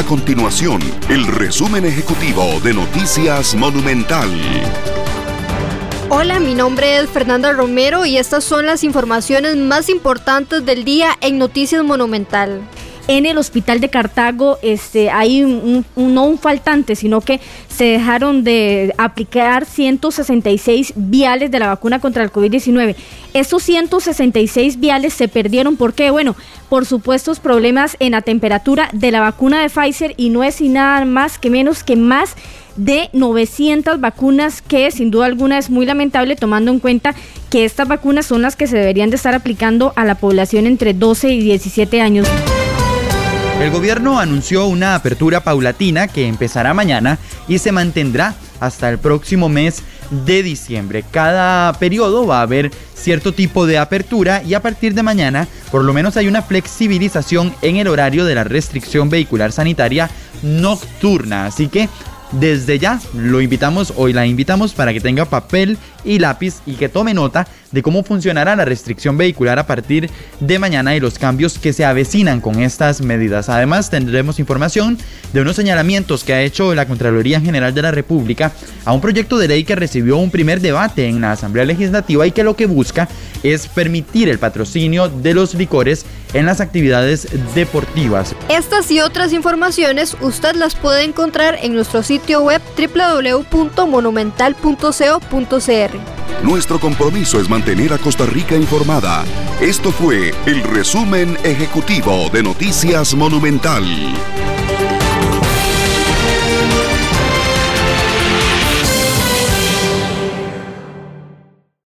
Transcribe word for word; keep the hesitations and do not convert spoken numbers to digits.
continuación el resumen ejecutivo de Noticias Monumental. Hola, mi nombre es Fernanda Romero y estas son las informaciones más importantes del día en Noticias Monumental. En el hospital de Cartago este, hay un, un, no un faltante, sino que se dejaron de aplicar ciento sesenta y seis viales de la vacuna contra el covid diecinueve. Estos ciento sesenta y seis viales se perdieron, ¿por qué? Bueno, por supuestos problemas en la temperatura de la vacuna de Pfizer, y no es y nada más que menos que más de novecientas vacunas, que sin duda alguna es muy lamentable, tomando en cuenta que estas vacunas son las que se deberían de estar aplicando a la población entre doce y diecisiete años. El gobierno anunció una apertura paulatina que empezará mañana y se mantendrá hasta el próximo mes de diciembre. Cada periodo va a haber cierto tipo de apertura y a partir de mañana por lo menos hay una flexibilización en el horario de la restricción vehicular sanitaria nocturna. Así que desde ya lo invitamos, hoy la invitamos para que tenga papel y lápiz y que tome nota de cómo funcionará la restricción vehicular a partir de mañana y los cambios que se avecinan con estas medidas. Además, tendremos información de unos señalamientos que ha hecho la Contraloría General de la República a un proyecto de ley que recibió un primer debate en la Asamblea Legislativa y que lo que busca es permitir el patrocinio de los licores en las actividades deportivas. Estas y otras informaciones usted las puede encontrar en nuestro sitio web doble u doble u doble u punto monumental punto co punto c r. Nuestro compromiso es mantener a Costa Rica informada. Esto fue el resumen ejecutivo de Noticias Monumental.